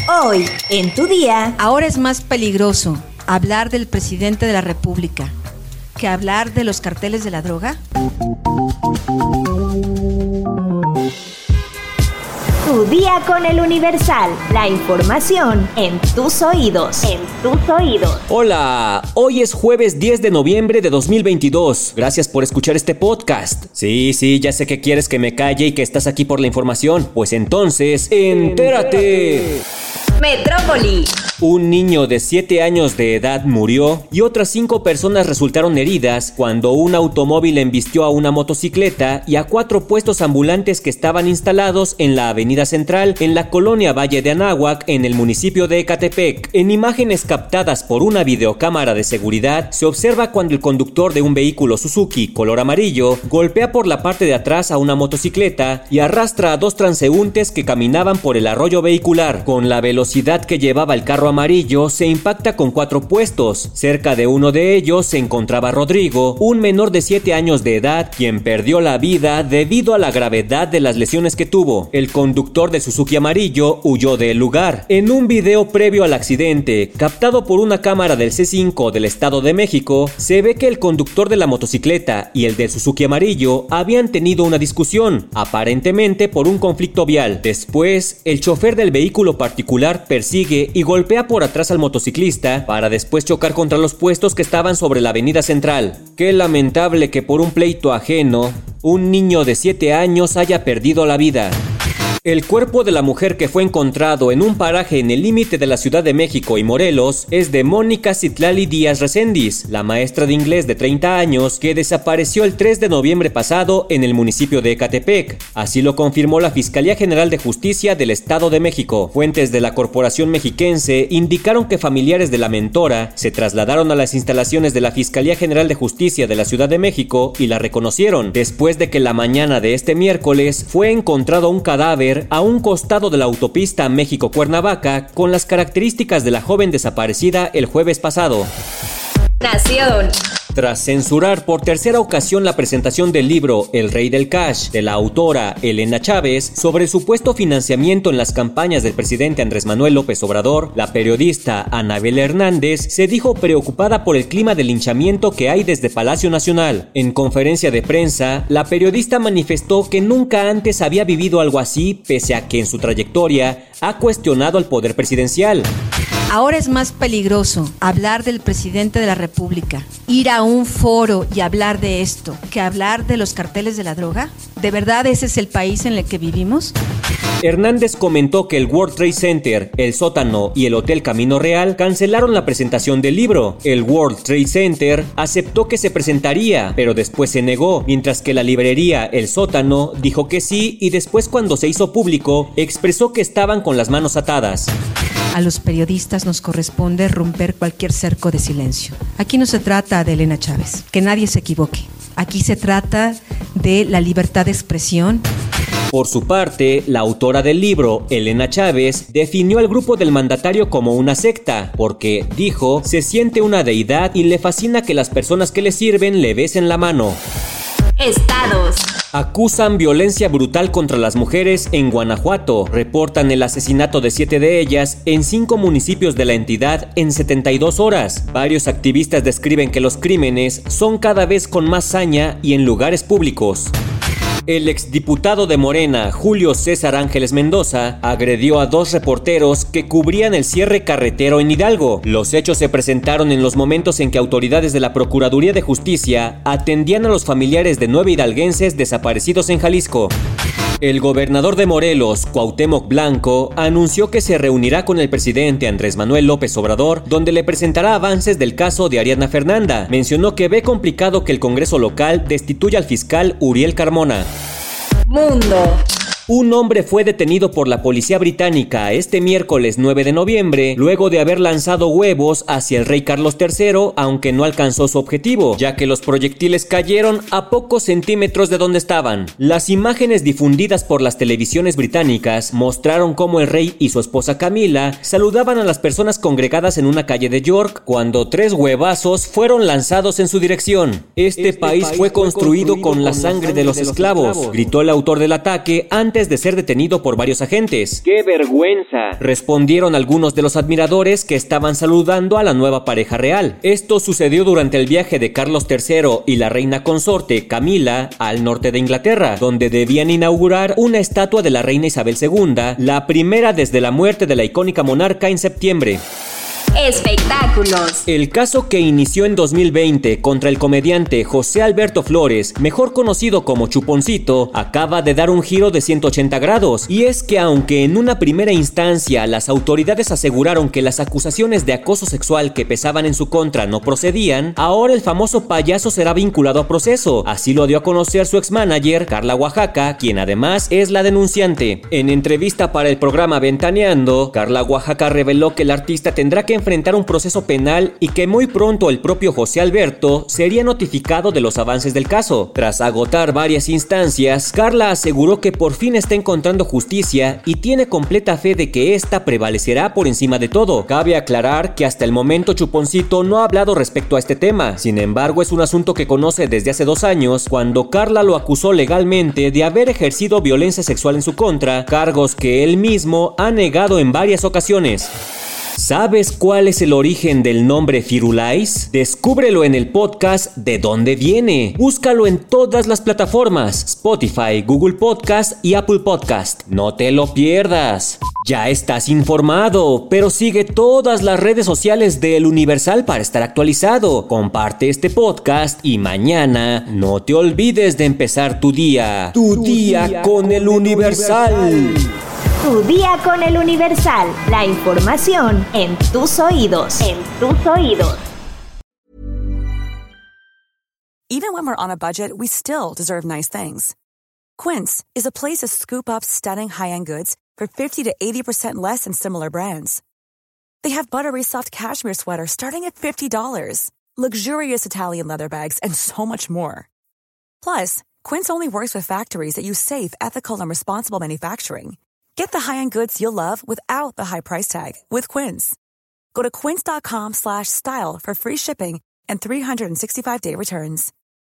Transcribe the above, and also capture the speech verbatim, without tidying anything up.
Hoy, en tu día. Ahora es más peligroso hablar del presidente de la República que hablar de los carteles de la droga. Tu día con el Universal. La información en tus oídos. En tus oídos. Hola, hoy es jueves diez de noviembre de dos mil veintidós. Gracias por escuchar este podcast. Sí, sí, ya sé que quieres que me calle y que estás aquí por la información. Pues entonces, ¡entérate! Metrópoli. Un niño de siete años de edad murió y otras cinco personas resultaron heridas cuando un automóvil embistió a una motocicleta y a cuatro puestos ambulantes que estaban instalados en la avenida central en la colonia Valle de Anáhuac en el municipio de Ecatepec. En imágenes captadas por una videocámara de seguridad se observa cuando el conductor de un vehículo Suzuki color amarillo golpea por la parte de atrás a una motocicleta y arrastra a dos transeúntes que caminaban por el arroyo vehicular. Con la velocidad que llevaba el carro amarillo se impacta con cuatro puestos. Cerca de uno de ellos se encontraba Rodrigo, un menor de siete años de edad, quien perdió la vida debido a la gravedad de las lesiones que tuvo. El conductor de Suzuki amarillo huyó del lugar. En un video previo al accidente, captado por una cámara del C cinco del Estado de México, se ve que el conductor de la motocicleta y el del Suzuki amarillo habían tenido una discusión, aparentemente por un conflicto vial. Después, el chofer del vehículo particular persigue y golpea por atrás al motociclista para después chocar contra los puestos que estaban sobre la avenida central. Qué lamentable que por un pleito ajeno, un niño de siete años haya perdido la vida. El cuerpo de la mujer que fue encontrado en un paraje en el límite de la Ciudad de México y Morelos es de Mónica Citlali Díaz Recendis, la maestra de inglés de treinta años que desapareció el tres de noviembre pasado en el municipio de Ecatepec. Así lo confirmó la Fiscalía General de Justicia del Estado de México. Fuentes de la Corporación Mexiquense indicaron que familiares de la mentora se trasladaron a las instalaciones de la Fiscalía General de Justicia de la Ciudad de México y la reconocieron, después de que la mañana de este miércoles fue encontrado un cadáver a un costado de la autopista México-Cuernavaca con las características de la joven desaparecida el jueves pasado. Nación. Tras censurar por tercera ocasión la presentación del libro El Rey del Cash de la autora Elena Chávez sobre el supuesto financiamiento en las campañas del presidente Andrés Manuel López Obrador, la periodista Anabel Hernández se dijo preocupada por el clima de linchamiento que hay desde Palacio Nacional. En conferencia de prensa, la periodista manifestó que nunca antes había vivido algo así, pese a que en su trayectoria ha cuestionado al poder presidencial. Ahora es más peligroso hablar del presidente de la República, ir a un foro y hablar de esto, que hablar de los carteles de la droga. ¿De verdad ese es el país en el que vivimos? Hernández comentó que el World Trade Center, el Sótano y el Hotel Camino Real cancelaron la presentación del libro. El World Trade Center aceptó que se presentaría, pero después se negó, mientras que la librería El Sótano dijo que sí y después, cuando se hizo público, expresó que estaban con las manos atadas. A los periodistas nos corresponde romper cualquier cerco de silencio. Aquí no se trata de Elena Chávez, que nadie se equivoque. Aquí se trata de la libertad de expresión. Por su parte, la autora del libro, Elena Chávez, definió al grupo del mandatario como una secta, porque, dijo, se siente una deidad y le fascina que las personas que le sirven le besen la mano. Estados. Acusan violencia brutal contra las mujeres en Guanajuato. Reportan el asesinato de siete de ellas en cinco municipios de la entidad en setenta y dos horas. Varios activistas describen que los crímenes son cada vez con más saña y en lugares públicos. El exdiputado de Morena, Julio César Ángeles Mendoza, agredió a dos reporteros que cubrían el cierre carretero en Hidalgo. Los hechos se presentaron en los momentos en que autoridades de la Procuraduría de Justicia atendían a los familiares de nueve hidalguenses desaparecidos en Jalisco. El gobernador de Morelos, Cuauhtémoc Blanco, anunció que se reunirá con el presidente Andrés Manuel López Obrador, donde le presentará avances del caso de Ariadna Fernanda. Mencionó que ve complicado que el Congreso local destituya al fiscal Uriel Carmona. Mundo. Un hombre fue detenido por la policía británica este miércoles nueve de noviembre, luego de haber lanzado huevos hacia el rey Carlos tercero, aunque no alcanzó su objetivo, ya que los proyectiles cayeron a pocos centímetros de donde estaban. Las imágenes difundidas por las televisiones británicas mostraron cómo el rey y su esposa Camila saludaban a las personas congregadas en una calle de York cuando tres huevazos fueron lanzados en su dirección. Este, este país, país fue construido, construido con, con la sangre de los esclavos, esclavos, gritó el autor del ataque antes antes de ser detenido por varios agentes. ¡Qué vergüenza!, respondieron algunos de los admiradores que estaban saludando a la nueva pareja real. Esto sucedió durante el viaje de Carlos tercero y la reina consorte Camila al norte de Inglaterra, donde debían inaugurar una estatua de la reina Isabel segunda, la primera desde la muerte de la icónica monarca en septiembre. Espectáculos. El caso que inició en dos mil veinte contra el comediante José Alberto Flores, mejor conocido como Chuponcito, acaba de dar un giro de ciento ochenta grados. Y es que aunque en una primera instancia las autoridades aseguraron que las acusaciones de acoso sexual que pesaban en su contra no procedían, ahora el famoso payaso será vinculado a proceso. Así lo dio a conocer su ex-manager, Carla Oaxaca, quien además es la denunciante. En entrevista para el programa Ventaneando, Carla Oaxaca reveló que el artista tendrá que enfrentar un proceso penal y que muy pronto el propio José Alberto sería notificado de los avances del caso. Tras agotar varias instancias, Carla aseguró que por fin está encontrando justicia y tiene completa fe de que esta prevalecerá por encima de todo. Cabe aclarar que hasta el momento Chuponcito no ha hablado respecto a este tema. Sin embargo, es un asunto que conoce desde hace dos años, cuando Carla lo acusó legalmente de haber ejercido violencia sexual en su contra, cargos que él mismo ha negado en varias ocasiones. ¿Sabes cuál es el origen del nombre Firulais? Descúbrelo en el podcast ¿De dónde viene? Búscalo en todas las plataformas: Spotify, Google Podcast y Apple Podcast. No te lo pierdas. Ya estás informado, pero sigue todas las redes sociales de El Universal para estar actualizado. Comparte este podcast y mañana no te olvides de empezar tu día. Tu, tu día, día con El Universal. Universal. Tu día con El Universal. La información en tus oídos. En tus oídos. Even when we're on a budget, we still deserve nice things. Quince is a place to scoop up stunning high-end goods for fifty to eighty percent less than similar brands. They have buttery soft cashmere sweaters starting at fifty dollars, luxurious Italian leather bags, and so much more. Plus, Quince only works with factories that use safe, ethical, and responsible manufacturing. Get the high-end goods you'll love without the high price tag with Quince. Go to quince.com slash style for free shipping and three sixty-five day returns.